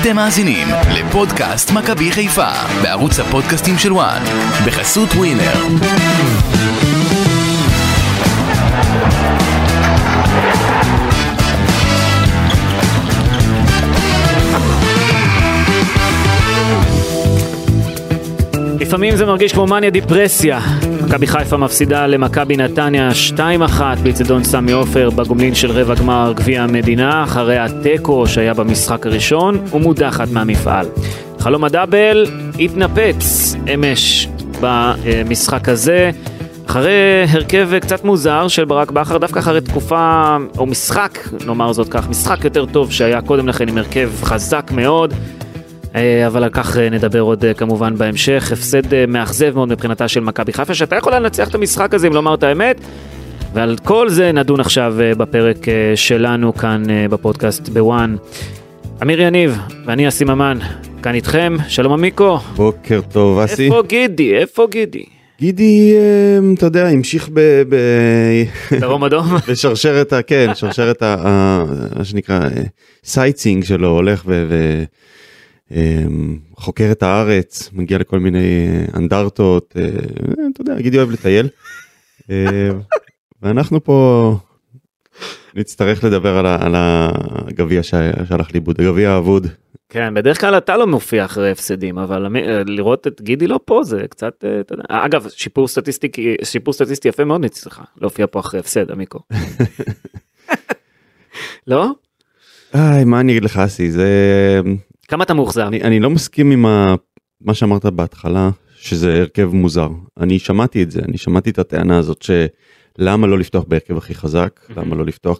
אתם מאזינים לפודקאסט מכבי חיפה בערוץ הפודקאסטים של וואן בחסות ווינר. לפעמים זה מרגיש כמו מניה דיפרסיה. מכבי חיפה מפסידה למכבי נתניה 2-1 באצטדיון סמי עופר בגומלין של רבע גמר גביע המדינה, אחרי הטקו שהיה במשחק הראשון ומודחת מהמפעל. חלום הדאבל התנפץ אמש במשחק הזה, אחרי הרכב קצת מוזר של ברק בכר, דווקא אחרי תקופה או משחק, נאמר זאת כך, משחק יותר טוב שהיה קודם לכן עם הרכב חזק מאוד, אבל על כך נדבר עוד כמובן בהמשך. הפסד מאכזב מאוד מבחינתה של מכבי חיפה, שאתה יכול לנצח את המשחק הזה אם לומר את האמת, ועל כל זה נדון עכשיו בפרק שלנו כאן בפודקאסט בוואן. אמיר יניב ואני אסי ממן כאן איתכם. שלום עמיקו. בוקר טוב אסי. איפה גידי? גידי, אתה יודע, המשיך דרום אדום? בשרשרת, כן, שרשרת מה שנקרא סייטסינג שלו, הולך חוקר את הארץ, מגיע לכל מיני אנדרטות, אתה יודע, גידי אוהב לטייל, ואנחנו פה נצטרך לדבר על הגביע שהלך לאיבוד, הגביע האבוד. כן, בדרך כלל אתה לא מופיע אחרי הפסדים, אבל לראות את גידי לא פה זה קצת, אתה יודע, אגב, שיפור סטטיסטי יפה מאוד נצטרך, להופיע פה אחרי הפסד, עמיקו. לא? מה אני אגיד לך אסי, זה... כמה אתה מאוחזר? אני לא מסכים עם מה שאמרת בהתחלה, שזה הרכב מוזר. אני שמעתי את זה, אני שמעתי את הטענה הזאת שלמה לא לפתוח בהרכב הכי חזק, למה לא לפתוח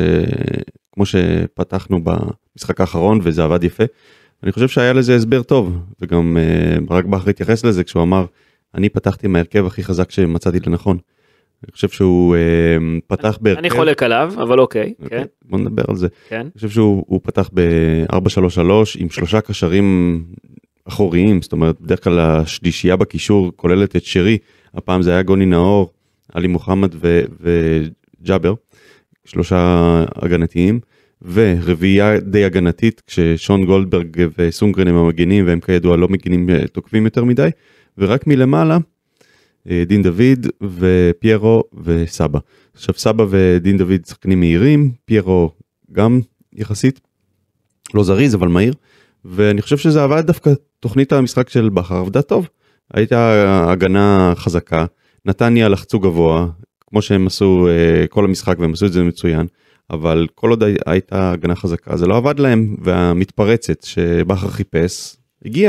כמו שפתחנו במשחק האחרון, וזה עבד יפה. אני חושב שהיה לזה הסבר טוב, וגם ברק בכר התייחס לזה כשהוא אמר, אני פתחתי מהרכב הכי חזק שמצאתי לנכון. אני חושב שהוא פתח בהרכב... אני חולק עליו, אבל אוקיי. בוא נדבר על זה. אני חושב שהוא פתח ב-4-3-3 עם 3 קשרים אחוריים, זאת אומרת, בדרך כלל השלישייה בקישור כוללת את שרי, הפעם זה היה גוני נאור, עלי מוחמד וג'אבר, 3 הגנתיים, ורביעייה די הגנתית, כששון גולדברג וסונגרן הם המגינים, והם כידוע לא מגינים תוקפים יותר מדי, ורק מלמעלה, דין דוד ופיירו וסבא. עכשיו סבא ודין דוד שחקנים מהירים, פיירו גם יחסית, לא זריז אבל מהיר, ואני חושב שזה עבד דווקא, תוכנית המשחק של בכר עבדה טוב, הייתה הגנה חזקה, נתניה לחצו גבוה, כמו שהם עשו כל המשחק והם עשו את זה מצוין, אבל כל עוד הייתה הגנה חזקה, זה לא עבד להם, והמתפרצת שבכר חיפש, הגיע,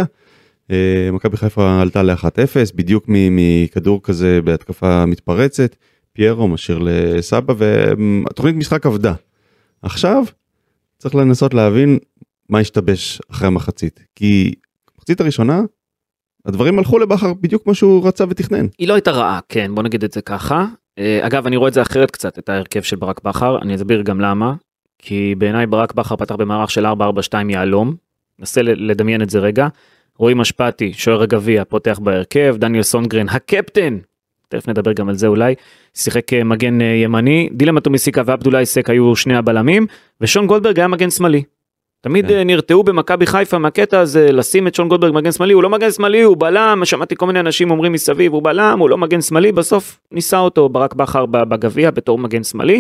מכבי חיפה עלתה ל-1-0, בדיוק מכדור כזה בהתקפה מתפרצת, פיירו משאיר לסבא, והתוכנית משחק עבדה. עכשיו צריך לנסות להבין מה השתבש אחרי המחצית, כי במחצית הראשונה, הדברים הלכו לבכר בדיוק כמו שהוא רצה ותכנן. היא לא הייתה רעה, כן, בוא נגיד את זה ככה. אגב, אני רואה את זה אחרת קצת, את ההרכב של ברק בכר, אני אסביר גם למה, כי בעיניי ברק בכר פתח במערך של 4-4-2 יעלום, נסה לדמיין את זה רגע, רועי משפטי, שוער הגביע, פותח בהרכב, דניאל סונגרן, הקפטן, תכף נדבר גם על זה אולי, שיחק מגן ימני, דילן מטומיסיקה ועבדולאי סק היו שני הבלמים, ושון גולדברג היה מגן שמאלי. תמיד נרתעו במכבי חיפה מהקטע הזה, לשים את שון גולדברג מגן שמאלי, הוא לא מגן שמאלי, הוא בלם, שמעתי כל מיני אנשים אומרים מסביב, הוא בלם, הוא לא מגן שמאלי, בסוף ניסה אותו ברק בכר בגביע בתור מגן שמאלי.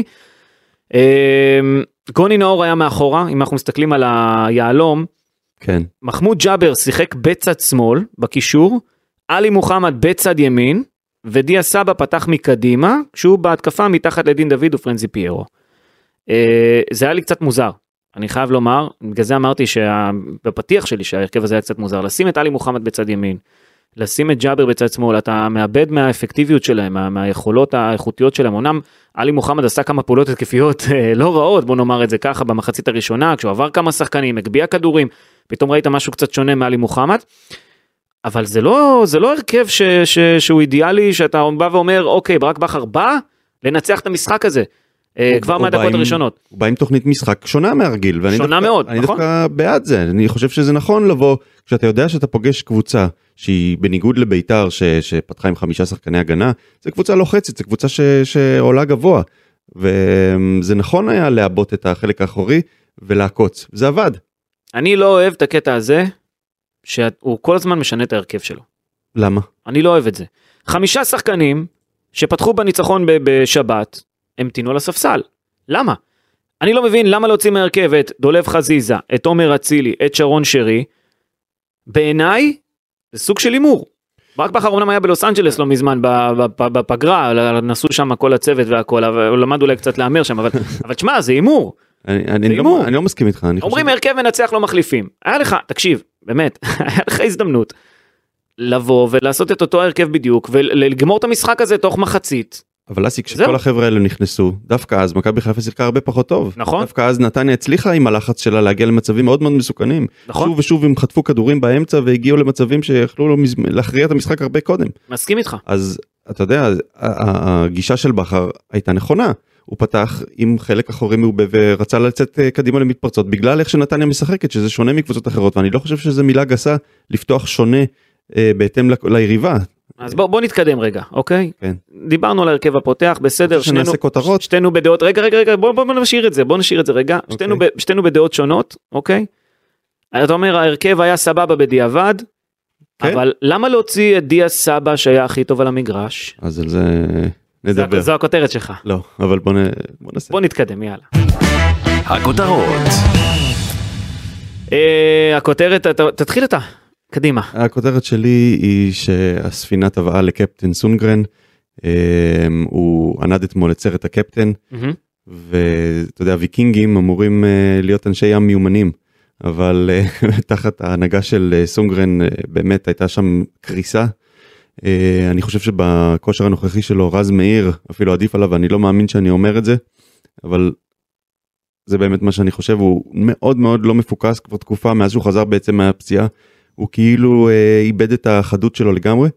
גוני נאור היה מאחורה, אם אנחנו מסתכלים על היעלום, כן. מחמוד ג'אבר שיחק בצד שמאל, בקישור, עלי מוחמד בצד ימין, ודיה סבא פתח מקדימה, כשהוא בהתקפה מתחת לדין דוד ופרנזי פיירו. זה היה לי קצת מוזר, אני חייב לומר, בגלל זה אמרתי בפתיח שלי שההרכב הזה היה קצת מוזר, לשים את עלי מוחמד בצד ימין, לשים את ג'אבר בצד שמאל, אתה מאבד מהאפקטיביות שלהם, מהיכולות האיכותיות שלהם, אומנם עלי מוחמד עשה כמה פעולות התקפיות לא רעות, בוא נאמר את זה ככה, במחצית הראשונה, כשהוא עבר כמה שחקנים, הגביע כדורים, פתאום ראית משהו קצת שונה מעלי מוחמד, אבל זה לא הרכב שהוא אידיאלי, שאתה בא ואומר, אוקיי, ברק בכר בא לנצח את המשחק הזה, כבר מהדקות הראשונות. הוא בא עם תוכנית משחק שונה מהרגיל, שונה מאוד, אני דווקא בעד זה, אני חושב שזה נכון לבוא, כשאתה יודע שאתה פוגש קבוצה, שהיא בניגוד לביתר, שפתחה עם 5 שחקני הגנה, זה קבוצה לוחצת, זה קבוצה שעולה גבוה, וזה נכון היה לאבot את החלק האחורי, ולעקוץ, זה עבד. אני לא אוהב את הקטע הזה, שהוא כל הזמן משנה את ההרכב שלו. למה? אני לא אוהב את זה. 5 שחקנים שפתחו בניצחון בשבת, הם תינו לספסל. למה? אני לא מבין למה להוציא מהרכב את דולב חזיזה, את עומר אצילי, את שרון שרי. בעיניי, זה סוג של אימור. ברק בכר אומנם היה בלוס אנג'לס לא מזמן בפגרה, נסו שם כל הצוות והכל, אבל למד אולי קצת לאמר שם, אבל תשמע, זה אימור. אני לא מסכים איתך. אומרים הרכב מנצח לא מחליפים. היה לך, תקשיב, באמת, היה לך הזדמנות לבוא ולעשות את אותו הרכב בדיוק, ולגמור את המשחק הזה תוך מחצית. אבל אסי, כשכל החבר'ה האלה נכנסו, דווקא אז מכבי חיפה שיחקה הרבה פחות טוב. נכון. דווקא אז נתניה הצליחה עם הלחץ שלה להגיע למצבים מאוד מאוד מסוכנים. נכון. שוב ושוב הם חטפו כדורים באמצע והגיעו למצבים שיכלו להכריע את המשחק הרבה קודם. מסכים איתך. אז אתה יודע, הגישה של בכר הייתה נכונה. הוא פתח עם חלק אחורי מעובה ורצה לצאת קדימה למתפרצות, בגלל איך שנתניה משחקת, שזה שונה מקבוצות אחרות, ואני לא חושב שזה מילה גסה לפתוח שונה בהתאם ליריבה. אז בוא נתקדם רגע, אוקיי? כן. דיברנו על הרכב הפותח, בסדר, שתינו בדעות, רגע, בוא נשאיר את זה רגע, שתינו בדעות שונות, אוקיי? אתה אומר, ההרכב היה סבבה בדיעבד, אבל למה להוציא את דיה סבא שהיה הכי טוב על המגרש? אז על זה נדבר. זו הכותרת שלך. לא, אבל בוא נעשה. בוא נתקדם, יאללה. הכותרות. הכותרת, תתחיל אתה. קדימה. הכותרת שלי היא שהספינה טבעה לקפטן סונגרן, הוא ענד אתמול את סרט הקפטן, ואתה יודע, ויקינגים אמורים להיות אנשי ים מיומנים, אבל תחת ההנהגה של סונגרן באמת הייתה שם קריסה. אני חושב שבכושר הנוכחי שלו רז מאיר אפילו עדיף עליו, ואני לא מאמין שאני אומר את זה, אבל זה באמת מה שאני חושב, הוא מאוד מאוד לא מפוקס כבר תקופה מאז שהוא חזר בעצם מהפציעה, הוא כאילו איבד את החדות שלו לגמרי,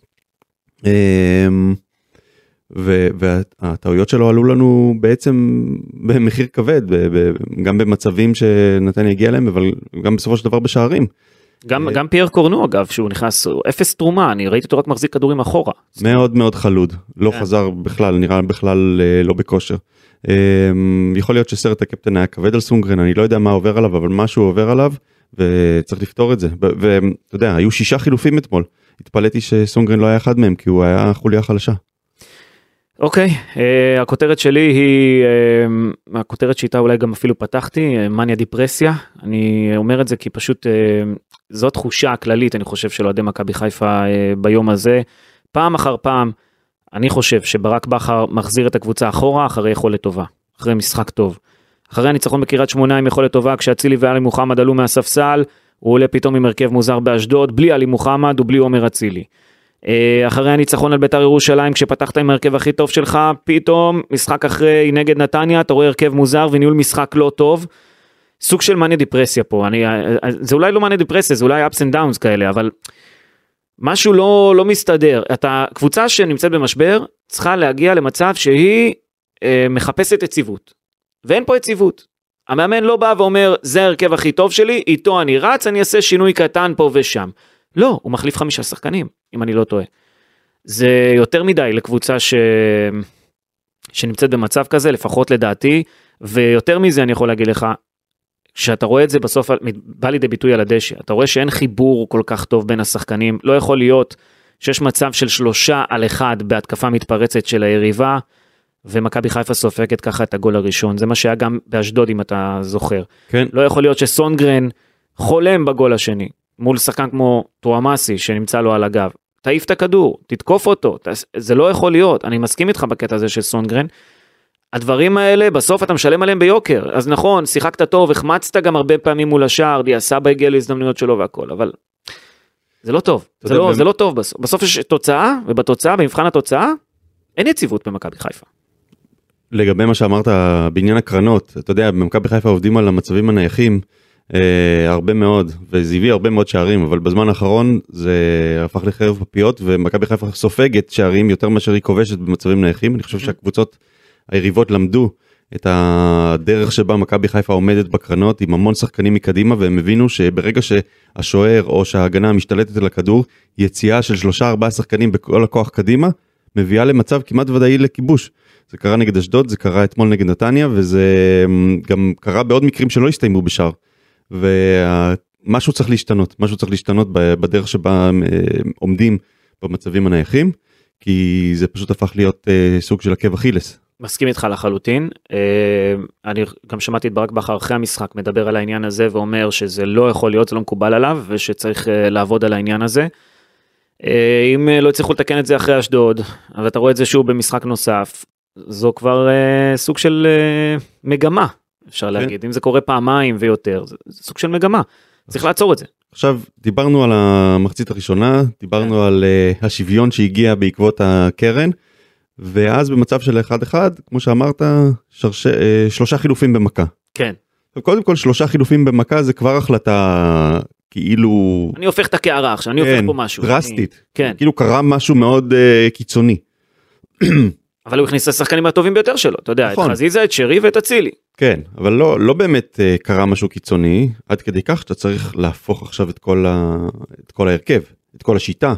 והטעויות שלו עלו לנו בעצם במחיר כבד, גם במצבים שנתניה הגיע להם, אבל גם בסופו של דבר בשערים. גם פייר קורנו אגב, שהוא נכנס, אפס תרומה, אני ראיתי אותו רק מחזיק כדורים אחורה. מאוד מאוד חלוד, לא חזר בכלל, נראה בכלל לא בכושר. יכול להיות שסרט הקפטן היה כבד על סונגרן, אני לא יודע מה עובר עליו, אבל משהו עובר עליו, וצריך לפתור את זה. ואתה יודע, היו 6 חילופים אתמול, התפלאתי שסונגרן לא היה אחד מהם, כי הוא היה חוליה חלשה. אוקיי, הכותרת שלי היא, הכותרת שאיתה אולי גם אפילו פתחתי, מניה דיפרסיה. אני אומר את זה כי פשוט זו תחושה הכללית, אני חושב, של אוהדי מכבי חיפה ביום הזה. פעם אחר פעם, אני חושב שברק בכר מחזיר את הקבוצה אחורה, אחרי יכולת טובה, אחרי משחק טוב. אחרי הניצחון בקריית שמונה עם יכולת טובה, כשאצילי ועלי מוחמד עלו מהספסל, הוא עולה פתאום עם הרכב מוזר באשדוד, בלי עלי מוחמד ובלי עומר אצילי. אחרי הניצחון על בית"ר ירושלים, כשפתחת עם הרכב הכי טוב שלך, פתאום משחק אחרי נגד נתניה, אתה רואה הרכב מוזר וניהול משחק לא טוב, סוג של מניה דיפרסיה פה, זה אולי לא מניה דיפרסיה, זה אולי ups and downs כאלה, אבל משהו לא מסתדר. אתה קבוצה שנמצאת במשבר, צריכה להגיע למצב שהיא מחפשת יציבות, ואין פה יציבות. המאמן לא בא ואומר, זה הרכב הכי טוב שלי, איתו אני רץ, אני אעשה שינוי קטן פה ושם. לא, הוא מחליף 5 שחקנים, אם אני לא טועה. זה יותר מדי לקבוצה שנמצאת במצב כזה, לפחות לדעתי, ויותר מזה אני יכול להגיד לך, כשאתה רואה את זה בסוף, בא לידי ביטוי על הדשא, אתה רואה שאין חיבור כל כך טוב בין השחקנים, לא יכול להיות שיש מצב של 3-1 בהתקפה מתפרצת של היריבה, ומכבי חיפה סופגת ככה את הגול הראשון, זה מה שהיה גם באשדוד אם אתה זוכר. כן. לא יכול להיות שסונגרן חולם בגול השני, מול שחקן כמו טועמאסי שנמצא לו על הגב, תעיף את הכדור, תתקוף אותו, זה לא יכול להיות, אני מסכים איתך בקטע הזה של סונגרן, הדברים האלה בסוף אתה משלם עליהם ביוקר, אז נכון, שיחקת טוב, החמצת גם הרבה פעמים מול השער, דיה סבא הגיע להזדמנויות שלו והכל, אבל זה לא טוב, זה לא טוב בסוף, בסוף יש תוצאה, ובתוצאה, במבחן התוצאה, אין יציבות במכבי חיפה. לגבי מה שאמרת בעניין הקרנות, אתה יודע, במכבי חיפה עובדים על המצבים הנייחים, הרבה מאוד, וזה הביא הרבה מאוד שערים, אבל בזמן האחרון זה הפך לחרב פפיות, ומכבי חיפה סופגת שערים יותר מאשר היא כובשת במצבים נייחים. אני חושב שהקבוצות היריבות למדו את הדרך שבה מכבי חיפה עומדת בקרנות, עם המון שחקנים מקדימה, והם הבינו שברגע שהשוער או שההגנה משתלטת על הכדור, יציאה של 3-4 שחקנים בכל הכוח קדימה, מביאה למצב כמעט ודאי לכיבוש. זה קרה נגד אשדוד, זה קרה אתמול נגד נתניה, וזה גם קרה בעוד מקרים שלא הסתיימו בשער. ומשהו צריך להשתנות, משהו צריך להשתנות בדרך שבה עומדים במצבים הנייחים, כי זה פשוט הפך להיות סוג של עקב אכילס. מסכים איתך לחלוטין, אני גם שמעתי את ברק בכר אחרי המשחק מדבר על העניין הזה ואומר שזה לא יכול להיות, זה לא מקובל עליו ושצריך לעבוד על העניין הזה. אם לא יצליחו לתקן את זה אחרי אשדוד, ואתה רואה את זה שוב במשחק נוסף, זו כבר סוג של מגמה, אפשר להגיד, אם זה קורה פעמיים ויותר, זה סוג של מגמה, צריך לעצור את זה. עכשיו דיברנו על המחצית הראשונה, דיברנו על השוויון שהגיע בעקבות הקרן, ואז במצב של 1-1, כמו שאמרת, 3 חילופים במכה. כן. קודם כל 3 חילופים במכה זה כבר החלטה כאילו... אני הופך את הקערה עכשיו, אני הופך פה משהו. דרסטית. כן. כאילו קרה משהו מאוד קיצוני. אבל הוא הכניס את השחקנים הטובים ביותר שלו, אתה יודע, את חזיזה, את שרי ואת אצילי. כן, אבל לא באמת קרה משהו קיצוני, עד כדי כך שאתה צריך להפוך עכשיו את כל ההרכב, את כל השיטה.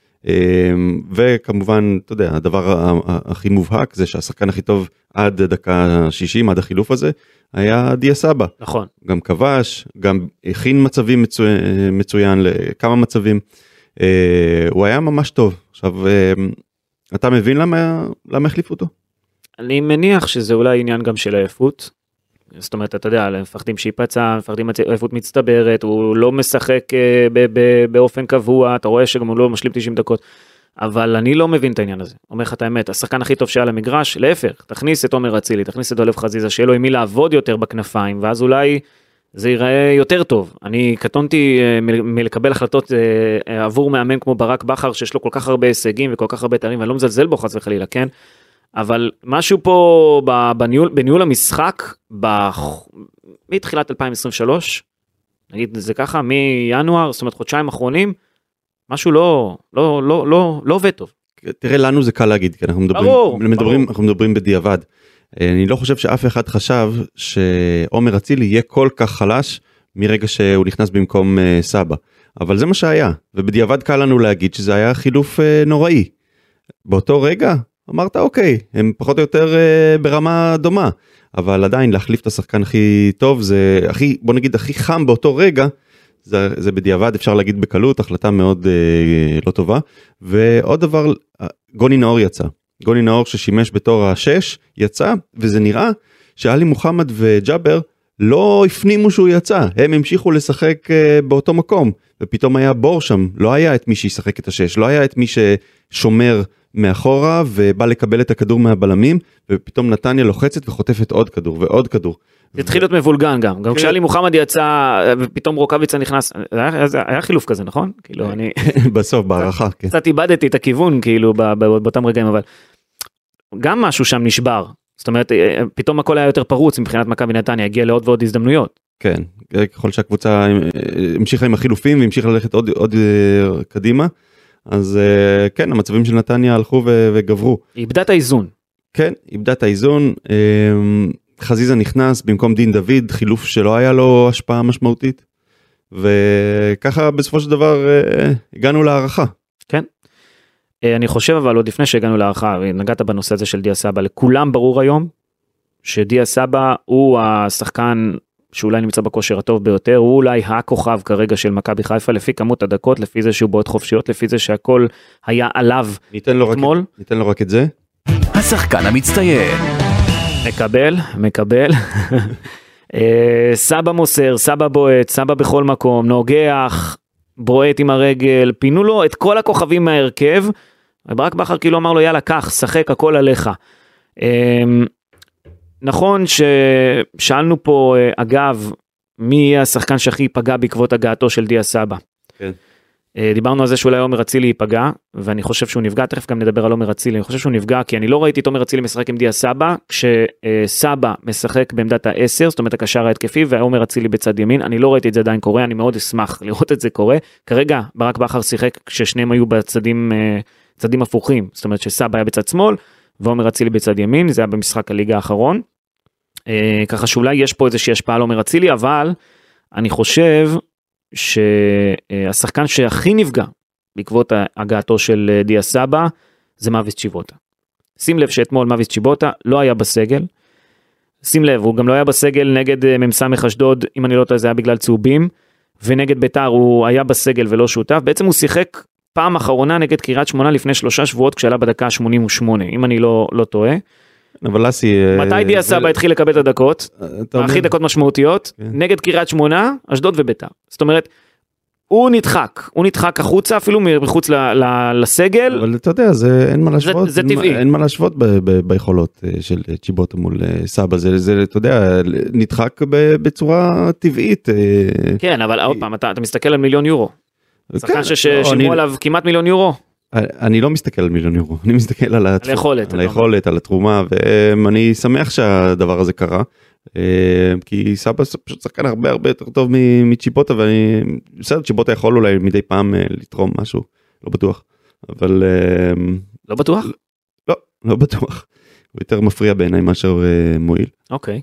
וכמובן, אתה יודע, הדבר הכי מובהק זה שהשחקן הכי טוב עד דקה 60, עד החילוף הזה, היה דיה סבא. נכון. גם כבש, גם הכין מצבים מצוין לכמה מצבים. הוא היה ממש טוב. עכשיו, אתה מבין למה החליפו אותו? אני מניח שזה אולי עניין גם של העייפות. זאת אומרת, אתה יודע, מפחדים שיפצע, מפחדים עייפות מצטברת, הוא לא משחק באופן קבוע, אתה רואה שגם הוא לא משלים 90 דקות, אבל אני לא מבין את העניין הזה. אומר לך את האמת, השחקן הכי טוב שהיה למגרש, להפך, תכניס את עומר אצילי, תכניס את דולב חזיזה, שיהיה לו עם מי לעבוד יותר בכנפיים, ואז אולי זה ייראה יותר טוב. אני קטונתי מלקבל החלטות עבור מאמן כמו ברק בכר, שיש לו כל כך הרבה הישגים וכל כך הרבה תארים, ואני לא מזלזל בו חס וחלילה, כן? אבל משהו פה בניהול המשחק, מתחילת 2023, נגיד זה ככה, מינואר, זאת אומרת חודשיים אחרונים, משהו לא עובד טוב. תראה, לנו זה קל להגיד, כי אנחנו מדברים בדיעבד. אני לא חושב שאף אחד חשב שעומר אצילי יהיה כל כך חלש מרגע שהוא נכנס במקום סבא. אבל זה מה שהיה, ובדיעבד קל לנו להגיד שזה היה חילוף נוראי. באותו רגע אמרת אוקיי, הם פחות או יותר ברמה דומה, אבל עדיין להחליף את השחקן הכי טוב, זה הכי, בוא נגיד הכי חם באותו רגע, זה בדיעבד אפשר להגיד בקלות, החלטה מאוד לא טובה. ועוד דבר, גוני נאור יצא. גוני נאור ששימש בתור ה6 יצא, וזה נראה שאלי מוחמד וג'אבר לא הפנימו שהוא יצא, הם המשיכו לשחק באותו מקום, ופתאום היה בור שם, לא היה את מי שישחק את ה6, לא היה את מי ששומר מאחורה ובא לקבל את הכדור מהבלמים, ופתאום נתניה לוחצת וחוטפת עוד כדור ועוד כדור. זה התחיל להיות מבולגן גם כשאלי מוחמד יצא ופתאום רוקאביצה נכנס, היה חילוף כזה, נכון? כאילו אני... בסוף, בערכה, כן. קצת איבדתי את הכיוון כאילו באותם רגעים, אבל גם משהו שם נשבר. זאת אומרת, פתאום הכל היה יותר פרוץ מבחינת מכבי נתניה, הגיע לעוד ועוד הזדמנויות. כן, ככל שהקבוצה המשיכה עם החילופים והמשיכה ללכת עוד קדימה, אז כן, המצבים של נתניה הלכו וגברו. איבדה את האיזון. כן, איבדה את האיזון. חזיזה נכנס במקום דין דוד, חילוף שלא היה לו השפעה משמעותית, וככה בסופו של דבר הגענו להערכה. כן. אני חושב אבל עוד לפני שהגענו להערכה, נגעת בנושא הזה של דיה סבא, לכולם ברור היום שדיה סבא הוא השחקן שאולי נמצא בכושר הטוב ביותר, הוא אולי הכוכב כרגע של מכבי חיפה, לפי כמות הדקות, לפי זה שהוא בעוד חופשיות, לפי זה שהכל היה עליו אתמול. ניתן לו רק את זה. השחקן המצטיין. מקבל. סבא מוסר, סבא בועט, סבא בכל מקום, נוגח, בועט עם הרגל, פינו לו את כל הכוכבים מהרכב, וברק בכר כאילו אמר לו יאללה קח, שחק הכל עליך. נכון ששאלנו פה אגב, מי יהיה השחקן שהכי ייפגע בעקבות הגעתו של דיה סבא. כן. דיברנו על זה שאולי עומר אצילי ייפגע, ואני חושב שהוא נפגע, תכף גם נדבר על עומר אצילי, אני חושב שהוא נפגע, כי אני לא ראיתי את עומר אצילי משחק עם דיה סבא, כשסבא משחק בעמדת ה10, זאת אומרת הקשר ההתקפי, ועומר אצילי בצד ימין, אני לא ראיתי את זה עדיין קורה, אני מאוד אשמח לראות את זה קורה, כרגע ברק בכר שיחק כששניהם היו בצדים הפוכים, זאת אומרת שסבא היה בצד שמאל, ועומר אצילי בצד ימין, זה היה במשחק הליגה האחרון, ככה שאולי יש פה איזושהי השפעה על עומר אצילי, אבל אני חושב שהשחקן שהכי נפגע בעקבות הגעתו של דיה סבא זה מאביס צ'יבוטה. שים לב שאתמול מאביס צ'יבוטה לא היה בסגל, שים לב, הוא גם לא היה בסגל נגד ממסמך אשדוד, אם אני לא טועה זה היה בגלל צהובים, ונגד ביתר הוא היה בסגל ולא שותף, בעצם הוא שיחק פעם אחרונה נגד קריית שמונה לפני 3 שבועות, כשעלה בדקה 88, אם אני לא טועה. אבל אסי... מתי דיה סבא התחיל לקבל את הדקות? הכי דקות משמעותיות, נגד קריית שמונה, אשדוד וביתר. זאת אומרת, הוא נדחק החוצה, אפילו מחוץ לסגל. אבל אתה יודע, אין מה להשוות. זה טבעי. אין מה להשוות ביכולות של צ'יבוטה מול סבא. זה, אתה יודע, נדחק בצורה טבעית. כן, אבל עוד פעם, אתה מסתכל על מיליון יורו. שחקן ששילמו עליו כמעט מיליון יורו. אני לא מסתכל על מיליון יורו, אני מסתכל על היכולת, על התרומה, ואני שמח שהדבר הזה קרה. כי סבא פשוט שחקן הרבה יותר טוב מצ'יבוטה, ואני בסדר, צ'יבוטה יכול אולי מדי פעם לתרום משהו, לא בטוח, אבל... לא בטוח? לא בטוח, הוא יותר מפריע בעיניי מאשר מועיל. אוקיי.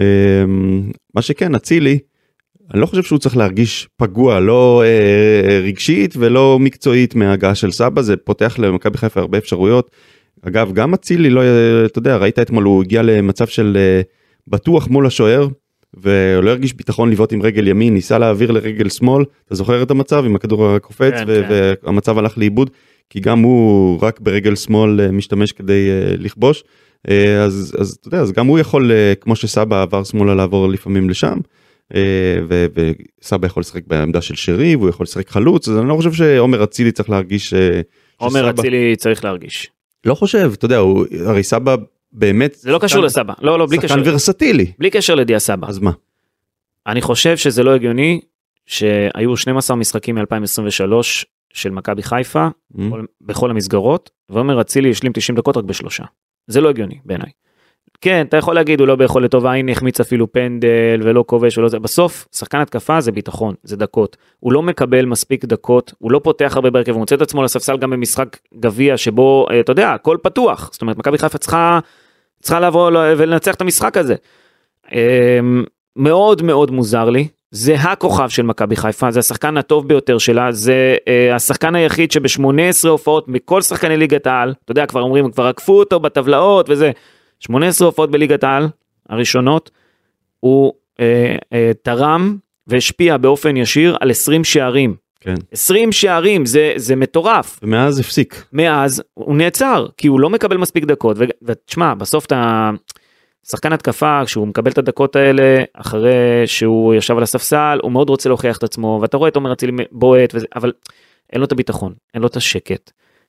מה שכן, אצילי, אני לא חושב שהוא צריך להרגיש פגוע, לא רגשית ולא מקצועית מההגעה של סבא, זה פותח למכבי חיפה הרבה אפשרויות. אגב, גם אצילי, אתה יודע, ראית אתמול, הוא הגיע למצב של... בטוח מול השוער, והוא לא הרגיש ביטחון לבעוט עם רגל ימין, ניסה להעביר לרגל שמאל, אתה זוכר את המצב עם הכדור הקופץ, והמצב הלך לאיבוד, כי גם הוא רק ברגל שמאל משתמש כדי לכבוש, אז אתה יודע, אז גם הוא יכול, כמו שסבא עבר שמאלה לעבור לפעמים לשם, וסבא יכול לשחק בעמדה של שרי, והוא יכול לשחק חלוץ, אז אני לא חושב שעומר אצילי צריך להרגיש... עומר אצילי צריך להרגיש. לא חושב, אתה יודע, הרי סבא באמת... זה לא קשור לסבא, לא, בלי קשר. שחקן ורסטילי. בלי קשר לדיה סבא. אז מה? אני חושב שזה לא הגיוני, שהיו 12 משחקים מ-2023 של מכבי חיפה, בכל המסגרות, ועומר אצילי השלים 90 דקות רק ב3. זה לא הגיוני בעיניי. כן, אתה יכול להגיד, הוא לא ביכולת טובה, הנה החמיץ אפילו פנדל, ולא כובש, ולא זה. בסוף, שחקן התקפה זה ביטחון, זה דקות. הוא לא מקבל מספיק דקות, הוא לא פותח הרבה בהרכב, הוא מוצא את עצמו לספסל גם במשחק גביע, שבו, אתה יודע, הכל פתוח. זאת אומרת, מכבי חיפה צריכה לבוא ולנצח את המשחק הזה. מאוד מאוד מוזר לי, זה הכוכב של מכבי חיפה, זה השחקן הטוב ביותר שלה, זה השחקן היחיד שב-18 הופעות, מכל שחקני ליגת העל, אתה יודע, כבר אומרים, כבר עקפו אותו בטבלאות וזה, 18 הופעות בליגת העל, הראשונות, הוא תרם והשפיע באופן ישיר על 20 שערים. כן. 20 שערים, זה מטורף. ומאז הפסיק. מאז הוא נעצר, כי הוא לא מקבל מספיק דקות, ותשמע, בסוף אתה... שחקן התקפה, כשהוא מקבל את הדקות האלה, אחרי שהוא ישב על הספסל, הוא מאוד רוצה להוכיח את עצמו, ואתה רואה את עומר אצילי בועט, אבל אין לו את הביטחון, אין לו את השקט.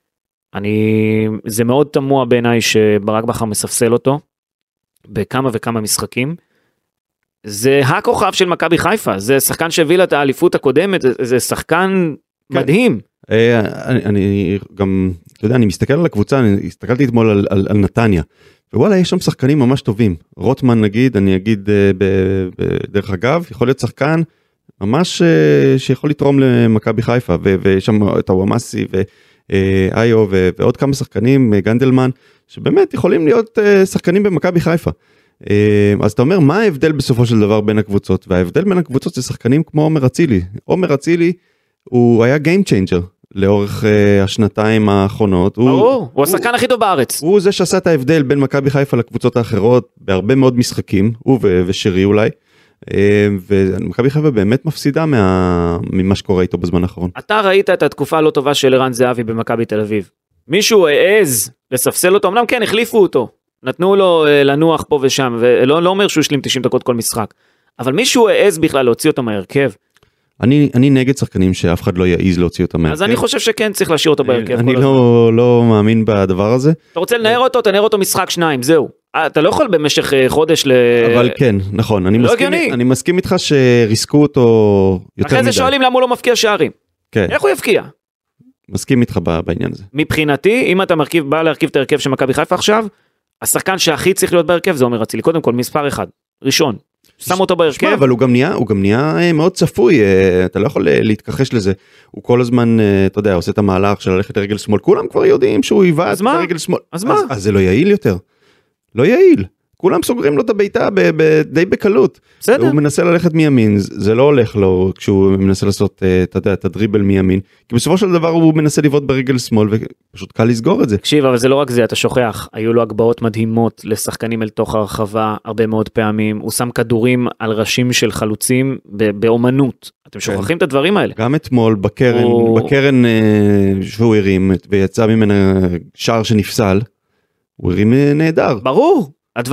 זה מאוד תמוה בעיניי שברק בכר מספסל אותו, בכמה וכמה משחקים, זה הכוכב של מכבי חיפה, זה שחקן שהביא לה את האליפות הקודמת, זה שחקן מדהים. אני גם, אתה יודע, אני מסתכל על הקבוצה, אני הסתכלתי אתמול על נתניה, ווואלה, יש שם שחקנים ממש טובים. רוטמן נגיד, אני אגיד בדרך אגב, יכול להיות שחקן ממש שיכול לתרום למכבי חיפה, ויש שם את הוואמאסי ואיו ועוד כמה שחקנים, גנדלמן, שבאמת יכולים להיות שחקנים במכבי חיפה. אז אתה אומר, מה ההבדל בסופו של דבר בין הקבוצות? וההבדל בין הקבוצות זה שחקנים כמו עומר אצילי. עומר אצילי הוא היה Game Changer. לאורך השנתיים האחרונות. ברור, הוא השחקן הכי טוב בארץ. הוא זה שעשה את ההבדל בין מכבי חיפה לקבוצות האחרות, בהרבה מאוד משחקים, הוא ושרי אולי, ומכבי חיפה באמת מפסידה ממה שקורה איתו בזמן האחרון. אתה ראית את התקופה הלא טובה של ערן זהבי במכבי תל אביב. מישהו העז לספסל אותו, אמנם כן, החליפו אותו, נתנו לו לנוח פה ושם, ולא אומר שהוא השלים 90 דקות כל משחק, אבל מישהו העז בכלל להוציא אותו מהרכב. אני נגד שחקנים שאף אחד לא יעיז להוציא אותם מהרכב. אז אני חושב שכן צריך להשאיר אותו בהרכב. אני לא מאמין בדבר הזה. אתה רוצה לנער אותו, תנער אותו משחק 2, זהו. אתה לא יכול במשך חודש אבל כן, נכון. אני מסכים איתך שריסקו אותו יותר מדי. אחרי זה שואלים למה הוא לא מפקיע שערים. איך הוא יפקיע? מסכים איתך בעניין הזה. מבחינתי, אם אתה בא להרכיב את ההרכב של מכבי חיפה עכשיו, השחקן שהכי צריך להיות בהרכב זה עומר אצילי. קודם כל, מספר 1, ראשון. שם אותו בהרכב. אבל הוא גם נהיה מאוד צפוי, אתה לא יכול להתכחש לזה. הוא כל הזמן, אתה יודע, עושה את המהלך של ללכת לרגל שמאל, כולם כבר יודעים שהוא היווה את רגל שמאל. אז מה? אז זה לא יעיל יותר. לא יעיל. כולם סוגרים לו את הביתה די בקלות. בסדר. הוא מנסה ללכת מימין, זה לא הולך לו כשהוא מנסה לעשות, אתה יודע, את הדריבל מימין, כי בסופו של דבר הוא מנסה לבעוט ברגל שמאל, ופשוט קל לסגור את זה. תקשיב, אבל זה לא רק זה, אתה שוכח, היו לו הגבהות מדהימות לשחקנים אל תוך הרחבה, הרבה מאוד פעמים, הוא שם כדורים על ראשים של חלוצים באומנות, אתם שוכחים את הדברים האלה. גם אתמול בקרן שהוא הרים, ויצא ממנה שער שנפסל, הוא הרים נהדר. ברור,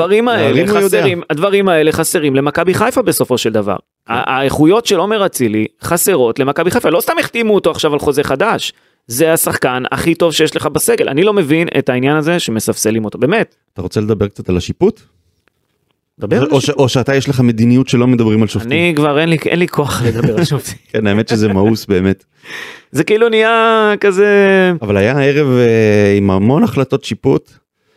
הדברים האלה חסרים למכבי חיפה בסופו של דבר. האיכויות של עומר אצילי חסרות למכבי חיפה, לא סתם החתימו אותו עכשיו על חוזה חדש, זה השחקן הכי טוב שיש לך בסגל, אני לא מבין את העניין הזה שמספסלים אותו, באמת. אתה רוצה לדבר קצת על השיפוט? דבר או שאתה יש לך מדיניות שלא מדברים על שופטים. אני כבר אין לי כוח לדבר על שופטים. כן, האמת שזה מאוס באמת. זה כאילו נהיה כזה... אבל היה ערב עם המון החלטות שיפוט.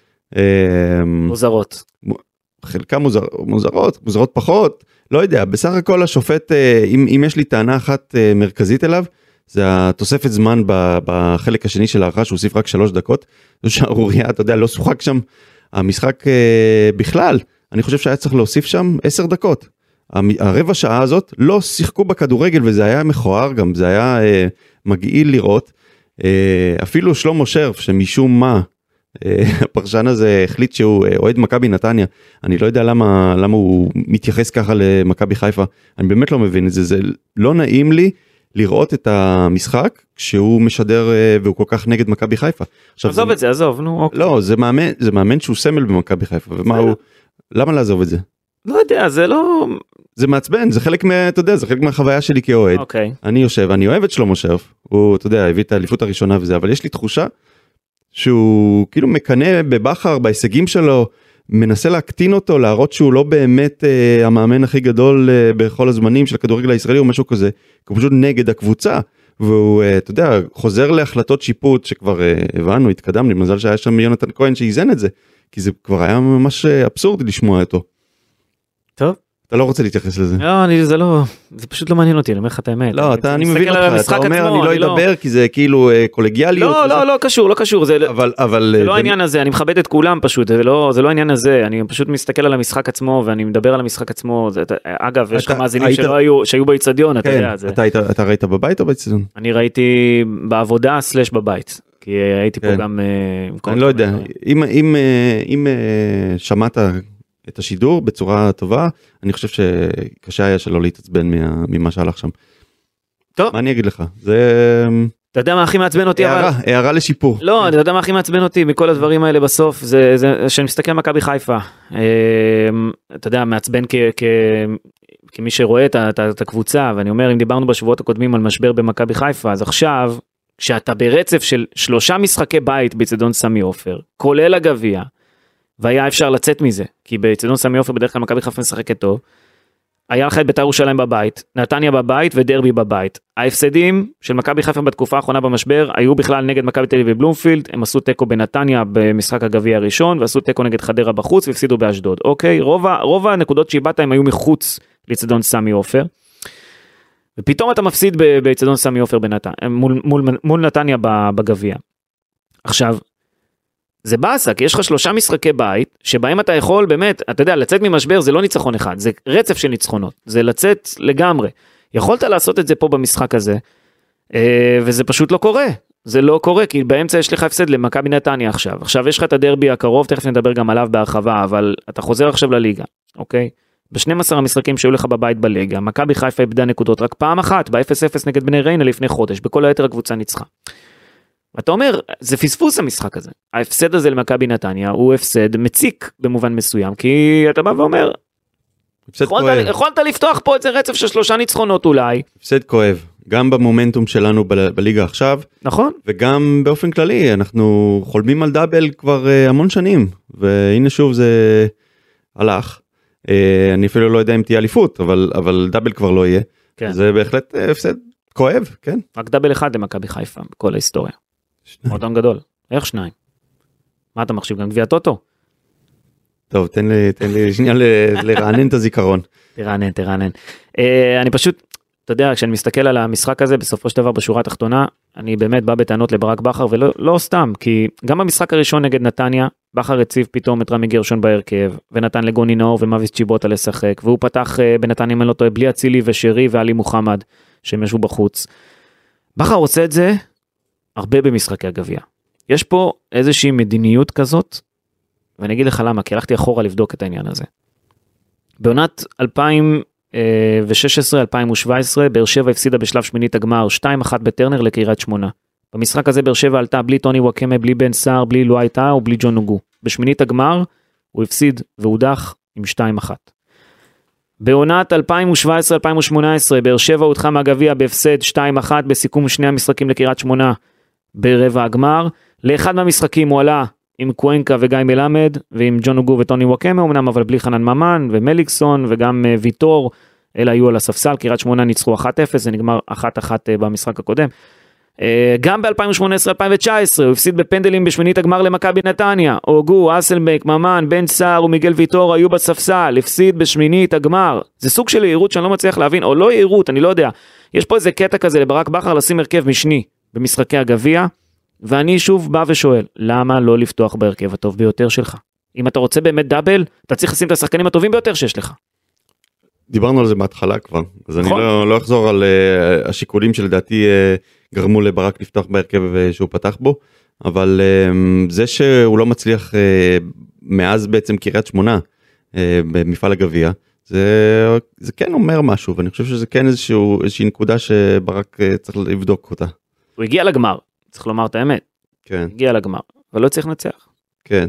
מוזרות. חלקם מוזרות פחות, לא יודע, בסך הכל השופט, אם יש לי טענה אחת מרכזית אליו, זה התוספת זמן בחלק השני של הערכה, שהוא הוסיף רק 3 דקות, זו שערוריה, אתה יודע, לא שוחק שם, המשחק בכלל, אני חושב שהיה צריך להוסיף שם 10 דקות, הרבע שעה הזאת לא שיחקו בכדורגל, וזה היה מכוער גם, זה היה מגעיל לראות, אפילו שלמה שרף, שמשום מה, הפרשן הזה החליט שהוא אוהד מכבי נתניה, אני לא יודע למה הוא מתייחס ככה למכבי חיפה, אני באמת לא מבין את זה, זה לא נעים לי לראות את המשחק כשהוא משדר והוא כל כך נגד מכבי חיפה. עזוב את זה, עזוב, נו. לא, זה מאמן שהוא סמל במכבי חיפה, למה לעזוב את זה? לא יודע, זה לא... זה מעצבן, זה חלק אתה יודע, זה חלק מהחוויה שלי כאוהד. אני יושב, אני אוהב את שלמה שרף, הוא, אתה יודע, הביא את האליפות הראשונה וזה, אבל יש לי תחושה שהוא כאילו מקנה בבחר, בהישגים שלו, מנסה להקטין אותו, להראות שהוא לא באמת המאמן הכי גדול בכל הזמנים של הכדורגל הישראלי או משהו כזה, כי הוא פשוט נגד הקבוצה, והוא, אתה יודע, חוזר להחלטות שיפוט שכבר הבנו, התקדמנו, מזל שהיה שם יונתן כהן שאיזן את זה, כי זה כבר היה ממש אבסורדי לשמוע אותו. טוב. אתה לא רוצה להתייחס לזה. לא, זה פשוט לא מעניין אותי, אני אומר לך את האמת. לא, אני מבין אותך, אתה אומר אני לא אדבר כי זה כאילו קולגיאליות. לא קשור, זה לא העניין הזה, אני מכבד את כולם פשוט, זה לא העניין הזה, אני פשוט מסתכל על המשחק עצמו, ואני מדבר על המשחק עצמו, אגב, יש לך מאזינים שהיו באצטדיון, אתה יודע. אתה ראית בבית או באצטדיון? אני ראיתי בעבודה / בבית, כי הייתי פה גם... אני לא יודע, אם שמעת... את השידור בצורה טובה, אני חושב שקשה היה שלא להתעצבן ממה שהלך שם. טוב. מה אני אגיד לך? זה... אתה יודע מה הכי מעצבן אותי? הערה לשיפור. לא, אתה יודע מה הכי מעצבן אותי מכל הדברים האלה בסוף, זה שאני מסתכל על מכבי חיפה. אתה יודע, מעצבן כמי שרואה את הקבוצה, ואני אומר, אם דיברנו בשבועות הקודמים על משבר במכבי חיפה, אז עכשיו, כשאתה ברצף של 3 משחקי בית באצטדיון סמי עופר, כולל הגביע, והיה אפשר לצאת מזה, כי באצטדיון סמי עופר בדרך כלל מכבי חיפה משחקת טוב, היה לך את בית"ר ירושלים בבית, נתניה בבית ודרבי בבית. ההפסדים של מכבי חיפה בתקופה האחרונה במשבר, היו בכלל נגד מכבי תל אביב ובלומפילד, הם עשו תיקו בנתניה במשחק הגביע הראשון, ועשו תיקו נגד חדרה בחוץ, והפסידו באשדוד. אוקיי, רוב הנקודות שאיבדת הם היו מחוץ לאצטדיון סמי עופר, ופתאום אתה מפסיד באצטדיון סמי עופר מול נתניה בגביע. עכשיו, זה באסה, כי יש לך 3 משחקי בית, שבהם אתה יכול באמת, אתה יודע, לצאת ממשבר זה לא ניצחון אחד, זה רצף של ניצחונות, זה לצאת לגמרי. יכולת לעשות את זה פה במשחק הזה, וזה פשוט לא קורה. זה לא קורה, כי באמצע יש לך הפסד למכבי נתניה עכשיו. עכשיו יש לך את הדרבי הקרוב, תכף נדבר גם עליו בהרחבה, אבל אתה חוזר עכשיו לליגה, אוקיי? ב-12 המשחקים שהיו לך בבית בליגה, מכבי חיפה איבדה נקודות רק פעם אחת, ב-0-0 נגד בני ריינה לפני חודש, בכל היתר הקבוצה ניצחה. ואתה אומר, זה פספוס המשחק הזה. ההפסד הזה למכבי נתניה הוא הפסד מציק במובן מסוים, כי אתה בא ואומר, יכולת לפתוח פה איזה רצף של 3 ניצחונות אולי. הפסד כואב, גם במומנטום שלנו בליגה עכשיו. נכון. וגם באופן כללי, אנחנו חולמים על דאבל כבר המון שנים, והנה שוב זה הלך. אני אפילו לא יודע אם תהיה אליפות, אבל דאבל כבר לא יהיה. כן. זה בהחלט הפסד כואב, כן. רק דאבל אחד למכבי חיפה בכל ההיסטוריה. מועדון גדול. איך 2? מה אתה מחשיב? גם גביע טוטו? טוב, תן לי שנייה לרענן את הזיכרון. תרענן. אני פשוט, אתה יודע, כשאני מסתכל על המשחק הזה, בסופו של דבר בשורה התחתונה, אני באמת בא בטענות לברק בכר, ולא סתם, כי גם במשחק הראשון נגד נתניה, בכר הציב פתאום את רמי גרשון בהרכב, ונתן לגוני נאור ומאביס צ'יבוטה לשחק, והוא פתח בנתניה, אם אני לא טועה, בלי אצילי ושרי ועלי מוחמד, שהם ישבו בחוץ. בכר עושה את זה הרבה במשחקי הגביע. יש פה איזושהי מדיניות כזאת, ואני אגיד לך למה, כי הלכתי אחורה לבדוק את העניין הזה. בעונת 2016-2017, באר שבע הפסידה בשלב שמינית הגמר, 2-1 בטרנר לקריית שמונה. במשחק הזה באר שבע עלתה בלי טוני וואקמה, בלי בן סער, בלי לואי טאה ובלי ג'ון נוגו. בשמינית הגמר הוא הפסיד והודח עם 2-1. בעונת 2017-2018, באר שבע הודחה מהגביע בהפסד 2-1 בסיכום שני המשחקים לקריית שמונה ברבע הגמר. לאחד מהמשחקים הוא עלה עם קוונקה וגיא מלמד, ועם ג'ון נוגו וטוני וואקמה, אמנם אבל בלי חנן ממן ומליקסון וגם ויטור, אלה היו על הספסל. קריית שמונה ניצחו 1-0, זה נגמר 1-1 במשחק הקודם. גם ב-2018-2019 הוא הפסיד בפנדלים בשמינית הגמר למכבי נתניה. אוגו, אסלבק, ממן, בן סער ומיגל ויטור היו בספסל, הפסיד בשמינית הגמר. זה סוג של יעירות שאני לא מצליח להבין, או לא יעירות, אני לא יודע. יש פה איזה קטע כזה לברק בכר לשים הרכב משני במשחקי הגביע, ואני שוב בא ושואל, למה לא לפתוח בהרכב הטוב ביותר שלך? אם אתה רוצה באמת דאבל, אתה צריך לשים את השחקנים הטובים ביותר שיש לך. דיברנו על זה מההתחלה כבר, אז אני לא אחזור על השיקולים שלדעתי גרמו לברק לפתוח בהרכב שהוא פתח בו, אבל זה שהוא לא מצליח מאז בעצם קריית שמונה במפעל הגביע, זה כן אומר משהו, ואני חושב שזה כן איזושהי נקודה שברק צריך לבדוק אותה. הוא הגיע לגמר, צריך לומר את האמת. כן. הגיע לגמר, אבל לא צריך לנצח. כן.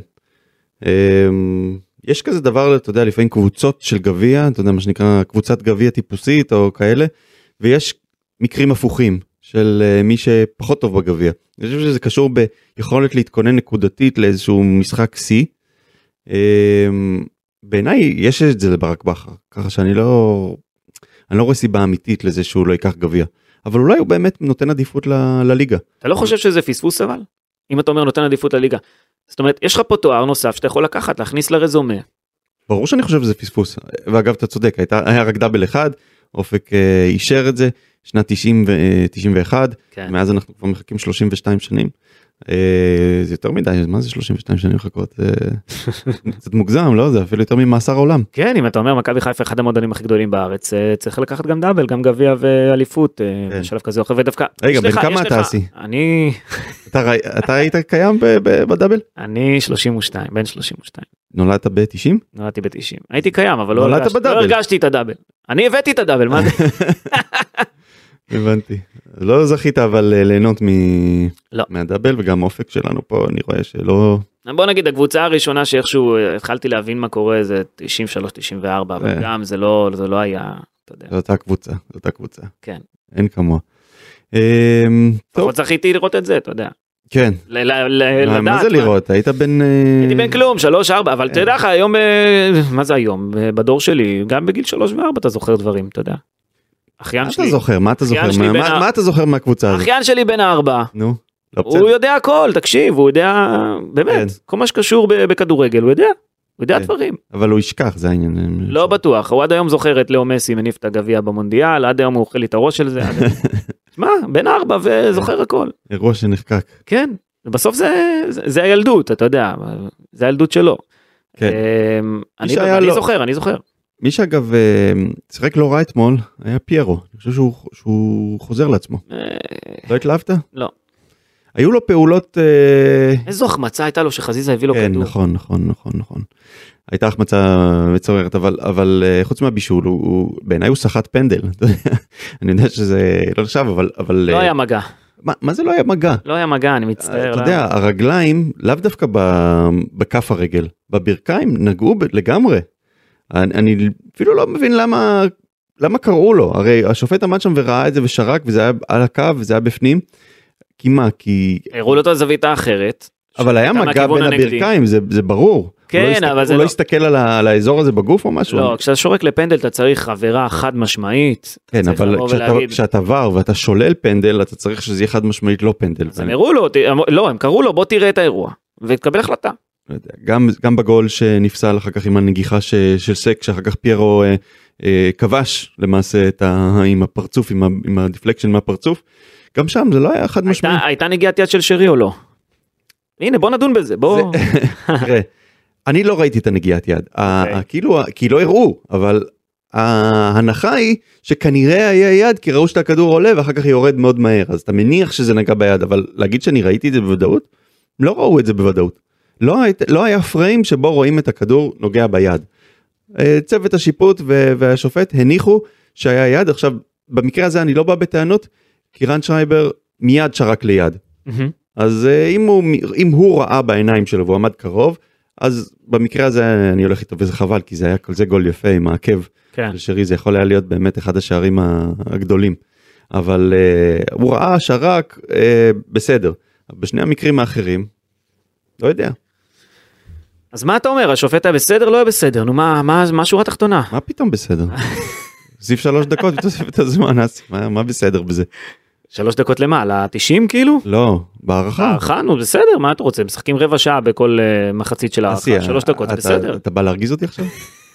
יש כזה דבר, אתה יודע, לפעמים קבוצות של גביע, אתה יודע מה שנקרא קבוצת גביע טיפוסית או כאלה, ויש מקרים הפוכים של מי שפחות טוב בגביע. אני חושב שזה קשור ביכולת להתכונן נקודתית לאיזשהו משחק C. בעיניי יש את זה לברק בכר, ככה שאני לא רואה סיבה אמיתית לזה שהוא לא ייקח גביע. אבל אולי הוא באמת נותן עדיפות לליגה. אתה לא חושב שזה פספוס אבל? אם אתה אומר נותן עדיפות לליגה. זאת אומרת, יש לך פה תואר נוסף שאתה יכול לקחת, להכניס לרזומה. ברור שאני חושב שזה פספוס. ואגב, אתה צודק, היה רק דאבל אחד, אופק אישר את זה, שנת 90-91, כן. מאז אנחנו כבר מחכים 32 שנים. זה יותר מדי, מה זה 32 שנים לחכות? קצת מוגזם, לא? זה אפילו יותר ממאסר העולם. כן, אם אתה אומר, מכבי חיפה אחד המועדונים הכי גדולים בארץ, צריך לקחת גם דאבל, גם גביע ואליפות, בשלב כזה או אחר, ודווקא... רגע, בין כמה אתה עשי? אני... אתה היית קיים בדאבל? אני 32, בין 32. נולדת ב-90? נולדתי ב-90. הייתי קיים, אבל לא הרגשתי את הדאבל. אני הבאתי את הדאבל, מה זה? הבנתי. לא זכית אבל ליהנות מהדאבל, וגם אופק שלנו פה, אני רואה שלא... בוא נגיד, הקבוצה הראשונה שאיכשהו התחלתי להבין מה קורה, זה 93-94, אבל גם זה לא היה, אתה יודע. זו אותה קבוצה. כן. אין כמוה. לפחות זכיתי לראות את זה, אתה יודע. כן. מה זה לראות? הייתי בן כלום, 3-4, אבל אתה יודע לך, היום, מה זה היום? בדור שלי, גם בגיל 3 ו-4 אתה זוכר דברים, אתה יודע. מה אתה זוכר מהקבוצה הזאת? אחיין שלי בן 4. נו. הוא יודע הכל, תקשיב, הוא יודע, באמת, כל מה שקשור בכדורגל, הוא יודע דברים. אבל הוא ישכח, זה העניין. לא בטוח, הוא עד היום זוכר את לאו מסי מניף את הגביע במונדיאל, עד היום הוא אוכל לי את הראש של זה. מה, בן 4 וזוכר הכל. אירוע שנחקק. כן, בסוף זה הילדות, אתה יודע, זה הילדות שלו. אני זוכר. מי שאגב שיחק לא רע אתמול היה פיירו, אני חושב שהוא חוזר לעצמו. לא התלהבת? לא. היו לו פעולות... איזו החמצה הייתה לו שחזיזה הביא לו כדור. נכון. הייתה החמצה מצוררת, אבל חוץ מהבישול, בעיניי הוא שחט פנדל. אני יודע שזה לא נחשב, אבל... לא היה מגע. מה זה לא היה מגע? לא היה מגע, אני מצטער. אתה יודע, הרגליים, לאו דווקא בכף הרגל, בברכיים נגעו לגמרי. אני אפילו לא מבין למה קראו לו, הרי השופט עמד שם וראה את זה ושרק, וזה היה על הקו, וזה היה בפנים, כי מה, כי... הראו לו את הזווית האחרת. אבל היה מגע בין הברכיים, זה ברור. כן, אבל זה לא... הוא לא הסתכל על האזור הזה בגוף או משהו? לא, כשאתה שורק לפנדל, אתה צריך עבירה חד משמעית. כן, אבל כשאתה ור ואתה שולל פנדל, אתה צריך שזה יהיה חד משמעית לא פנדל. אז הם הראו לו, לא, הם קראו לו, בוא תראה את האירוע, ותקבל החלטה. גם בגול שנפסל אחר כך עם הנגיחה של סק, שאחר כך פיירו כבש למעשה עם הפרצוף, עם הדיפלקשן מהפרצוף, גם שם זה לא היה חד משמעית. הייתה נגיעת יד של שרי או לא? הנה, בוא נדון בזה, בוא. תראה, אני לא ראיתי את הנגיעת יד, כאילו, כי לא הראו, אבל ההנחה היא שכנראה היה יד, כי ראו שאתה הכדור עולה ואחר כך יורד מאוד מהר, אז אתה מניח שזה נגע ביד, אבל להגיד שאני ראיתי את זה בוודאות, לא ראו את זה בוודאות. לא היה פריים שבו רואים את הכדור נוגע ביד. צוות השיפוט והשופט הניחו שהיה יד. עכשיו, במקרה הזה אני לא בא בטענות, כי רן שרייבר מיד שרק ליד. אז אם הוא ראה בעיניים שלו והוא עמד קרוב, אז במקרה הזה אני הולך איתו, וזה חבל, כי זה היה כל זה גול יפה עם העקב של שרי, זה יכול היה להיות באמת אחד השערים הגדולים. אבל הוא ראה שרק בסדר. בשני המקרים האחרים, לא יודע. אז מה אתה אומר? השופט היה בסדר? לא היה בסדר. נו, מה שורה תחתונה? מה פתאום בסדר? זיף 3 דקות ותוסיף את הזמן, מה בסדר בזה? 3 דקות למה? ל-90 כאילו? לא, בהערכה. בהערכה, נו, בסדר, מה אתה רוצה? משחקים רבע שעה בכל מחצית של הערכה, 3 דקות, זה בסדר. אתה בא להרגיז אותי עכשיו?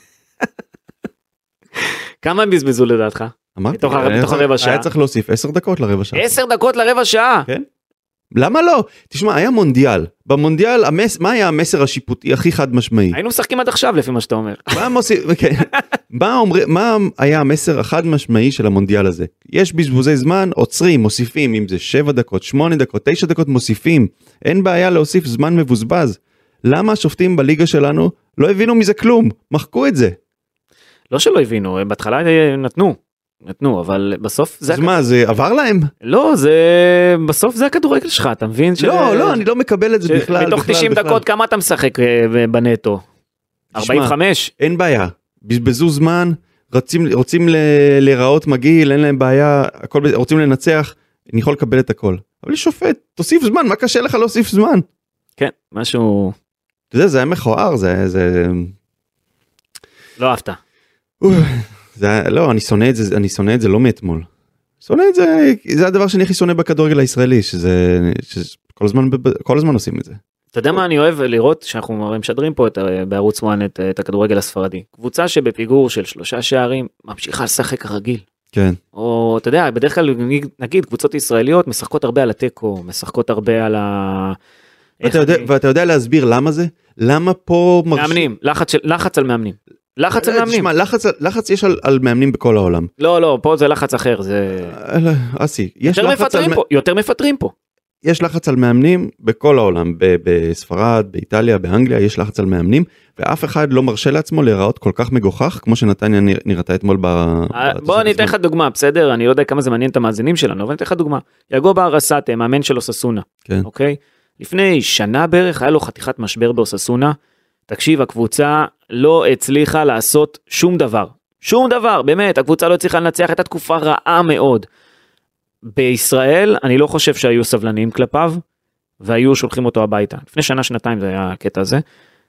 כמה הם בזבזו לדעתך? מתוך הרבע שעה. היה צריך להוסיף 10 דקות לרבע שעה. 10 דקות לרבע שעה? כן. למה לא? תשמע, היה מונדיאל. במונדיאל, מה היה המסר השיפוטי הכי חד משמעי? היינו משחקים עד עכשיו, לפי מה שאתה אומר. מה היה המסר החד משמעי של המונדיאל הזה? יש בזבוזי זמן, עוצרים, מוסיפים, אם זה 7 דקות, 8 דקות, 9 דקות מוסיפים. אין בעיה להוסיף זמן מבוזבז. למה השופטים בליגה שלנו לא הבינו מזה כלום? מחקו את זה. לא שלא הבינו, בהתחלה נתנו, אבל בסוף זה... אז מה, זה עבר להם? לא, בסוף זה הכדורגל שלך, אתה מבין? לא, אני לא מקבל את זה בכלל. מתוך 90 דקות, כמה אתה משחק בנטו? 45? אין בעיה, בזבזו זמן, רוצים להיראות מגעיל, אין להם בעיה, רוצים לנצח, אני יכול לקבל את הכל. אבל שופט, תוסיף זמן, מה קשה לך להוסיף זמן? כן, משהו... אתה יודע, זה היה מכוער, זה... לא אהבת. לא, אני שונא את זה לא מאתמול. שונא את זה, זה הדבר שאני הכי שונא בכדורגל הישראלי, כל הזמן עושים את זה. אתה יודע מה אני אוהב לראות, שאנחנו משדרים פה בערוץ 1 את הכדורגל הספרדי. קבוצה שבפיגור של 3 שערים, ממשיכה לשחק הרגיל. כן. או, אתה יודע, בדרך כלל, נגיד, קבוצות ישראליות משחקות הרבה על הטקו, משחקות הרבה על ה... ואתה יודע להסביר למה זה? למה פה... מאמנים, לחץ על מאמנים. לחץ על מאמנים. תשמע, לחץ יש על מאמנים בכל העולם. לא, פה זה לחץ אחר, זה... אסי, יותר מפטרים פה. יש לחץ על מאמנים בכל העולם, בספרד, באיטליה, באנגליה, יש לחץ על מאמנים, ואף אחד לא מרשה לעצמו להיראות כל כך מגוחך, כמו שנתניה נראתה אתמול בוא אני אתן לך דוגמה, בסדר? אני לא יודע כמה זה מעניין את המאזינים שלנו, אבל אני אתן לך דוגמה. יגוב ארסאטה, מאמן של אוססונה, אוקיי? לפני שנה בערך היה לו חתיכת משבר באוססונה, תקשיב, הקבוצה לא הצליחה לעשות שום דבר, באמת, הקבוצה לא הצליחה לנצח, הייתה תקופה רעה מאוד. בישראל, אני לא חושב שהיו סבלניים כלפיו, והיו שולחים אותו הביתה. לפני שנה, שנתיים זה היה הקטע הזה,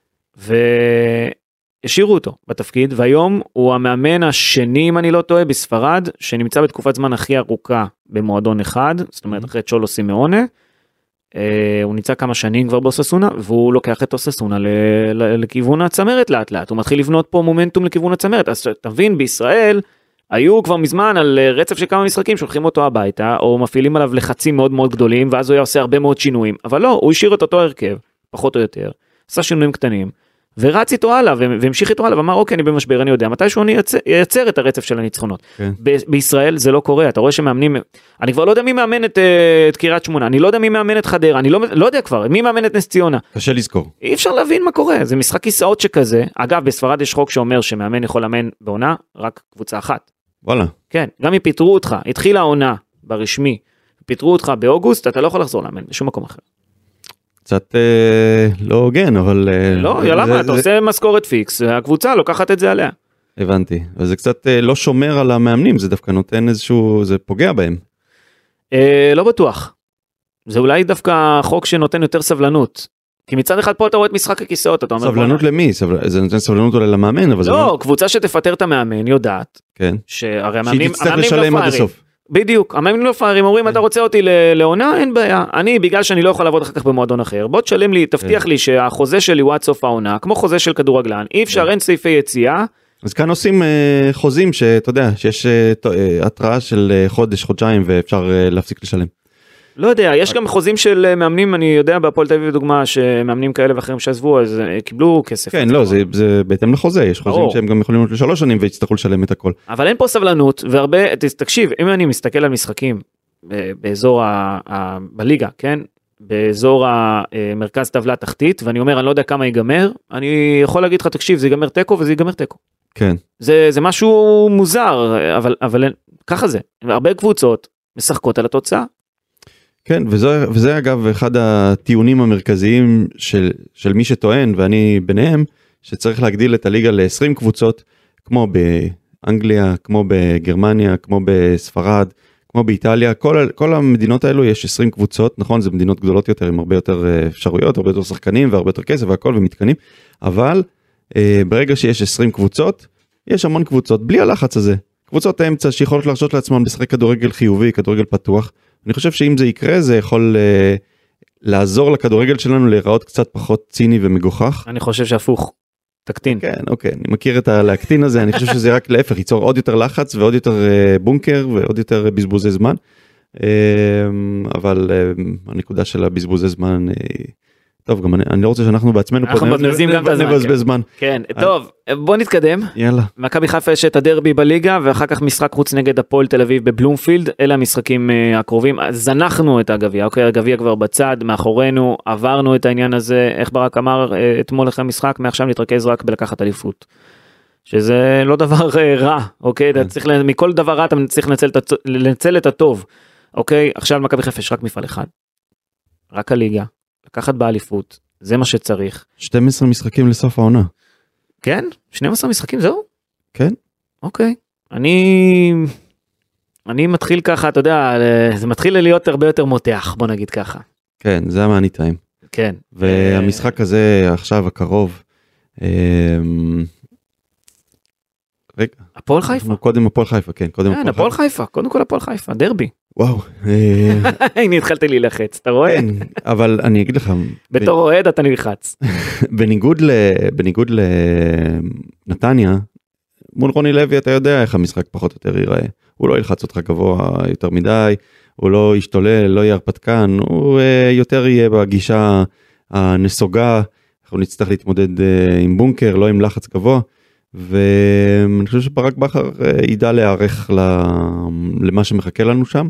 והשאירו אותו בתפקיד, והיום הוא המאמן השני, אם אני לא טועה, בספרד, שנמצא בתקופת זמן הכי ארוכה במועדון אחד, זאת אומרת, אחרי צ'ולו סימאונה, הוא נמצא כמה שנים כבר באוססונה, והוא לוקח את אוססונה לכיוון הצמרת לאט לאט, הוא מתחיל לבנות פה מומנטום לכיוון הצמרת, אז תבין, בישראל היו כבר מזמן על רצף של כמה משחקים, שולחים אותו הביתה, או מפעילים עליו לחצים מאוד מאוד גדולים, ואז הוא היה עושה הרבה מאוד שינויים, אבל לא, הוא השאיר את אותו הרכב, פחות או יותר, עשה שינויים קטנים, ורץ איתו הלאה, והמשיך איתו הלאה, ואמר, אוקיי, אני במשבר, אני יודע, מתישהו אני ייצר את הרצף של הניצחונות. כן. בישראל זה לא קורה, אתה רואה שמאמנים, אני כבר לא יודע מי מאמן את קריית שמונה, אני לא יודע מי מאמן את חדרה, אני לא יודע כבר, מי מאמן את נס ציונה. קשה לזכור. אי אפשר להבין מה קורה, זה משחק כיסאות שכזה, אגב, בספרד יש חוק שאומר שמאמן יכול לאמן בעונה, רק קבוצה אחת. וואלה. כן, גם אם פיטרו אותך, התחילה העונה ברשמי, פיטרו אותך באוגוסט, אתה לא יכול לחזור לאמן בשום מקום אחר. קצת לא הוגן, אבל... לא, למה? אתה עושה משכורת פיקס, הקבוצה לוקחת את זה עליה. הבנתי, אבל זה קצת לא שומר על המאמנים, זה דווקא נותן איזשהו, זה פוגע בהם. לא בטוח. זה אולי דווקא חוק שנותן יותר סבלנות. כי מצד אחד פה אתה רואה את משחק הכיסאות, אתה אומר... סבלנות למי? זה נותן סבלנות אולי למאמן, אבל זה... לא, קבוצה שתפטר את המאמן יודעת. כן. שהרי המאמנים לא פארים. בדיוק, המאמנים לא פארים, אומרים, אתה רוצה אותי לעונה? אין בעיה. אני, בגלל שאני לא יכול לעבוד אחר כך במועדון אחר, בוא תשלם לי, תבטיח לי שהחוזה שלי הוא עד סוף העונה, כמו חוזה של כדורגלן, אי אפשר, אין סעיפי יציאה. אז כאן עושים חוזים שאתה יודע, שיש התראה של חודש, חודשיים, ואפשר להפסיק לשלם. לא יודע, יש גם חוזים של מאמנים, אני יודע בהפועל תל אביב לדוגמה, שמאמנים כאלה ואחרים שעזבו, אז קיבלו כסף. כן, לא, זה בהתאם לחוזה, יש חוזים שהם גם יכולים להיות ל3 שנים, ויצטרכו לשלם את הכל. אבל אין פה סבלנות, והרבה, תקשיב, אם אני מסתכל על משחקים, באזור בליגה, כן? באזור המרכז טבלה תחתית, ואני אומר, אני לא יודע כמה ייגמר, אני יכול להגיד לך, תקשיב, זה ייגמר טקו, וזה ייגמר טקו. כן. זה משהו מוזר, אבל ככה זה. הרבה קבוצות משחקות על התוצאה. כן, וזה אגב אחד הטיעונים המרכזיים של מי שטוען, ואני ביניהם, שצריך להגדיל את הליגה ל20 קבוצות, כמו באנגליה, כמו בגרמניה, כמו בספרד, כמו באיטליה, כל המדינות האלו יש 20 קבוצות, נכון, זה מדינות גדולות יותר, עם הרבה יותר אפשרויות, הרבה יותר שחקנים, והרבה יותר כסף והכל, ומתקנים, אבל ברגע שיש 20 קבוצות, יש המון קבוצות, בלי הלחץ הזה. קבוצות האמצע שיכולות להרשות לעצמם לשחק כדורגל חיובי, כדורגל פתוח. אני חושב שאם זה יקרה, זה יכול לעזור לכדורגל שלנו להיראות קצת פחות ציני ומגוחך. אני חושב שהפוך, תקטין. כן, אוקיי, אני מכיר את הלהקטין הזה, אני חושב שזה רק להפך, ייצור עוד יותר לחץ ועוד יותר בונקר ועוד יותר בזבוזי זמן. אבל הנקודה של הבזבוזי זמן, טוב, גם אני לא רוצה שאנחנו בעצמנו פה נבזבז זמן. כן, טוב, בוא נתקדם. יאללה. מכבי חיפה יש את הדרבי בליגה, ואחר כך משחק חוץ נגד הפועל תל אביב בבלומפילד, אלה המשחקים הקרובים. זנחנו את הגביע, אוקיי, הגביע כבר בצד, מאחורינו, עברנו את העניין הזה, איך ברק אמר אתמול אחרי המשחק, מעכשיו נתרכז רק בלקחת אליפות. שזה לא דבר רע, אוקיי? אתה צריך, מכל דבר רע אתה צריך לנצל את הטוב. אוקיי, עכשיו מכבי חיפה יש רק מפעל אחד. רק הליגה. לקחת באליפות, זה מה שצריך. 12 משחקים לסוף העונה. כן? 12 משחקים, זהו? כן. אוקיי. אני מתחיל ככה, אתה יודע, זה מתחיל להיות הרבה יותר מותח, בוא נגיד ככה. כן, זה המאני טיים. כן. והמשחק הזה, עכשיו הקרוב, רגע. הפועל חיפה. קודם הפועל חיפה, כן. כן, הפועל חיפה, קודם כל הפועל חיפה, דרבי. וואו. הנה התחלתי להילחץ, אתה רואה? כן, אבל אני אגיד לך. בתור אוהד אתה נלחץ. בניגוד לנתניה, מול רוני לוי אתה יודע איך המשחק פחות או יותר ייראה. הוא לא ילחץ אותך גבוה יותר מדי, הוא לא ישתולל, לא יהיה הרפתקן, הוא יותר יהיה בגישה הנסוגה, אנחנו נצטרך להתמודד עם בונקר, לא עם לחץ גבוה. ואני חושב שברק בכר ידע להיערך למה שמחכה לנו שם.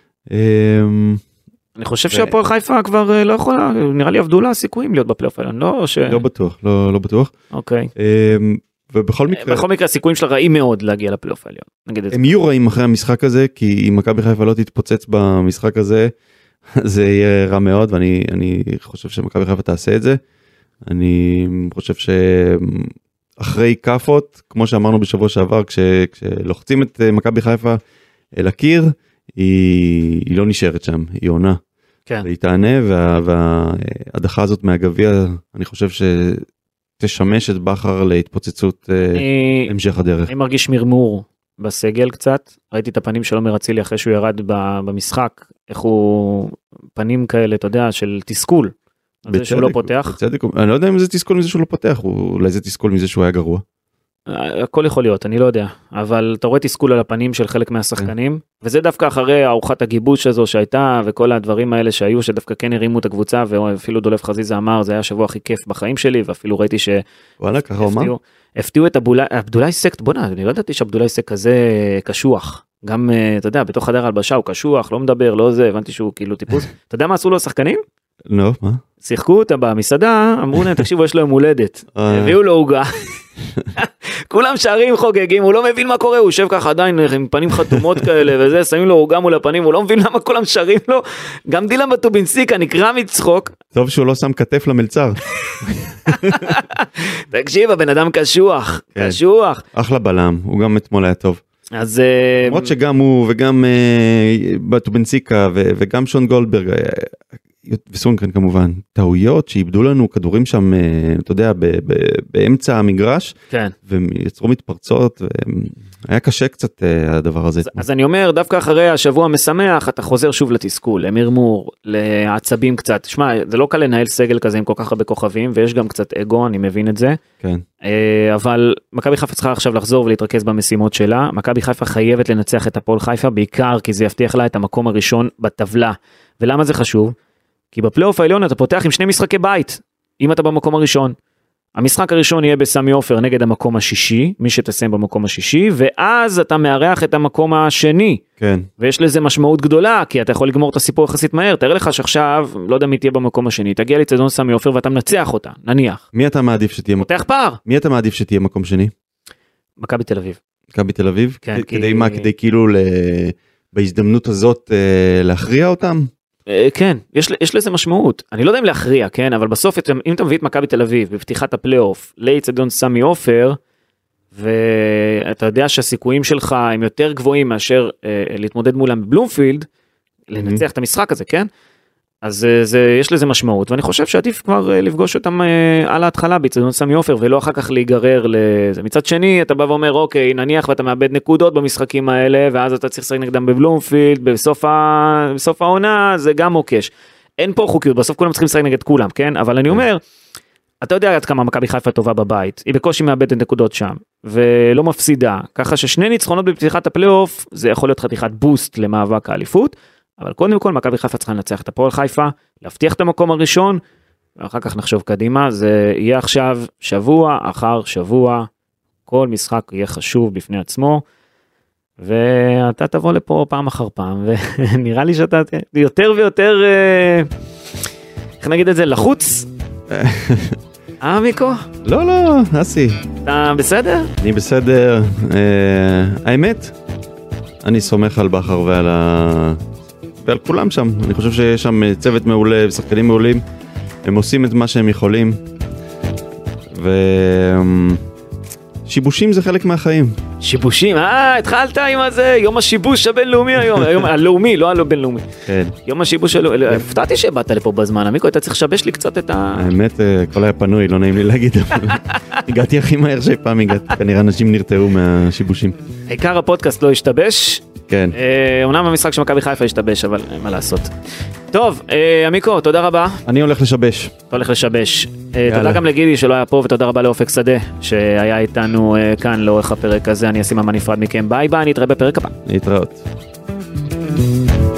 אני חושב שהפועל חיפה כבר לא יכולה, נראה לי עבדו לה הסיכויים להיות בפלייאוף העליון, לא בטוח, לא בטוח. אוקיי. ובכל מקרה הסיכויים שלה רעים מאוד להגיע לפלייאוף העליון. הם יהיו רעים אחרי המשחק הזה, כי אם מכבי חיפה לא תתפוצץ במשחק הזה, זה יהיה רע מאוד, ואני חושב שמכבי חיפה תעשה את זה. אני חושב אחרי קפות, כמו שאמרנו בשבוע שעבר, כשלוחצים את מכבי חיפה אל הקיר, היא לא נשארת שם, היא עונה. כן. והיא תענה, וההדחה הזאת מהגביע, אני חושב שתשמש את בכר להתפוצצות המשך הדרך. אני מרגיש מרמור בסגל קצת, ראיתי את הפנים של עומר אצילי אחרי שהוא ירד במשחק, איך הוא פנים כאלה, אתה יודע, של תסכול. זה שהוא לא פותח. בצדק, אני לא יודע אם זה תסכול מזה שהוא לא פותח, אולי זה תסכול מזה שהוא היה גרוע. הכל יכול להיות, אני לא יודע, אבל אתה רואה תסכול על הפנים של חלק מהשחקנים, וזה דווקא אחרי ארוחת הגיבוש הזו שהייתה, וכל הדברים האלה שהיו, שדווקא כן הרימו את הקבוצה, ואפילו דולף חזיזה אמר, זה היה השבוע הכי כיף בחיים שלי, ואפילו ראיתי ש... וואלה, ככה הוא אמר? הפתיעו את עבדולאי סק, בוא נה, אני לא ידעתי שעבדולאי סק כזה קשוח, גם, אתה יודע, בתוך חדר הלבשה הוא קשוח, לא מדבר, לא זה, הבנתי שהוא כאילו טיפוס. אתה יודע מה עשו לו השחקנים? לא, מה? שיחקו אותה במסעדה, אמרו להם, תקשיבו, יש לו יום הולדת. הביאו לו עוגה. כולם שערים חוגגים, הוא לא מבין מה קורה, הוא יושב ככה עדיין עם פנים חתומות כאלה וזה, שמים לו עוגה מול הפנים, הוא לא מבין למה כולם שרים לו. גם דילן בטובינסיקה נקרא מצחוק. טוב שהוא לא שם כתף למלצר. תקשיב, הבן אדם קשוח, קשוח. אחלה בלם, הוא גם אתמול היה טוב. אז... למרות שגם הוא וגם בטובינסיקה וגם שון גולדברג, וסונגרן כמובן, טעויות שאיבדו לנו כדורים שם, אתה יודע, באמצע המגרש, כן. ויצרו מתפרצות, היה קשה קצת הדבר הזה. אז אני אומר, דווקא אחרי השבוע המשמח, אתה חוזר שוב לתסכול, למרמור, לעצבים קצת. שמע, זה לא קל לנהל סגל כזה עם כל כך הרבה כוכבים, ויש גם קצת אגו, אני מבין את זה. כן. אבל מכבי חיפה צריכה עכשיו לחזור ולהתרכז במשימות שלה. מכבי חיפה חייבת לנצח את הפועל חיפה, בעיקר כי זה יבטיח לה את המקום הראשון בטבלה. ולמה זה חשוב? כי בפלייאוף העליון אתה פותח עם 2 משחקי בית, אם אתה במקום הראשון. המשחק הראשון יהיה בסמי עופר נגד המקום השישי, מי שתסיים במקום השישי, ואז אתה מארח את המקום השני. כן. ויש לזה משמעות גדולה, כי אתה יכול לגמור את הסיפור יחסית מהר. תאר לך שעכשיו, לא יודע מי תהיה במקום השני, תגיע לאצטדיון סמי עופר ואתה מנצח אותה, נניח. מי אתה מעדיף שתהיה פותח פער. מי אתה מעדיף שתהיה מקום שני? מכבי תל אביב. מכבי תל אביב? כן, כדי מה? כדי כאילו בהזדמנות הזאת להכריע אותם? כן, יש לזה משמעות. אני לא יודע אם להכריע, כן, אבל בסוף אם אתה מביא את מכבי תל אביב בפתיחת הפלייאוף לאצטדיון סמי עופר, ואתה יודע שהסיכויים שלך הם יותר גבוהים מאשר להתמודד מולם בבלומפילד, לנצח את המשחק הזה, כן? אז יש לזה משמעות, ואני חושב שעדיף כבר לפגוש אותם על ההתחלה באצטדיון סמי עופר, ולא אחר כך להיגרר לזה. מצד שני, אתה בא ואומר, אוקיי, נניח ואתה מאבד נקודות במשחקים האלה, ואז אתה צריך לשחק נגדם בבלומפילד, בסוף העונה, זה גם מוקש. אין פה חוקיות, בסוף כולם צריכים לשחק נגד כולם, כן? אבל אני אומר, אתה יודע עד כמה מכבי חיפה טובה בבית, היא בקושי מאבדת נקודות שם, ולא מפסידה, ככה ששני ניצחונות בפתיחת הפלייאוף, זה יכול להיות חתיכת בוסט למאבק האליפות, אבל קודם כל מכבי חיפה צריכה לנצח את הפועל חיפה, להבטיח את המקום הראשון, ואחר כך נחשוב קדימה, זה יהיה עכשיו שבוע אחר שבוע, כל משחק יהיה חשוב בפני עצמו, ואתה תבוא לפה פעם אחר פעם, ונראה לי שאתה יותר ויותר, איך נגיד את זה, לחוץ? מיקו? לא, אסי. אתה בסדר? אני בסדר, האמת, אני סומך על בכר ועל כולם שם, אני חושב שיש שם צוות מעולה, ושחקנים מעולים, הם עושים את מה שהם יכולים, ושיבושים זה חלק מהחיים. שיבושים, התחלת עם הזה, יום השיבוש הבינלאומי היום, היום הלאומי, לא הבינלאומי. כן. יום השיבוש הלאומי, הפתעתי שבאת לפה בזמן, עמיקו, אתה צריך לשבש לי קצת את ה... האמת, הכל היה פנוי, לא נעים לי להגיד, אבל הגעתי הכי מהר שפעם הגעתי, כנראה אנשים נרתעו מהשיבושים. עיקר הפודקאסט לא השתבש. כן. אומנם המשחק של מכבי חיפה השתבש, אבל מה לעשות. טוב, עמיקו, תודה רבה. אני הולך לשבש. אתה הולך לשבש. תודה גם לגידי שלא היה פה, ותודה רבה לאופק שדה, שהיה איתנו כאן לאורך הפרק הזה. אני אשים מה נפרד מכם. ביי ביי, נתראה בפרק הבא. להתראות.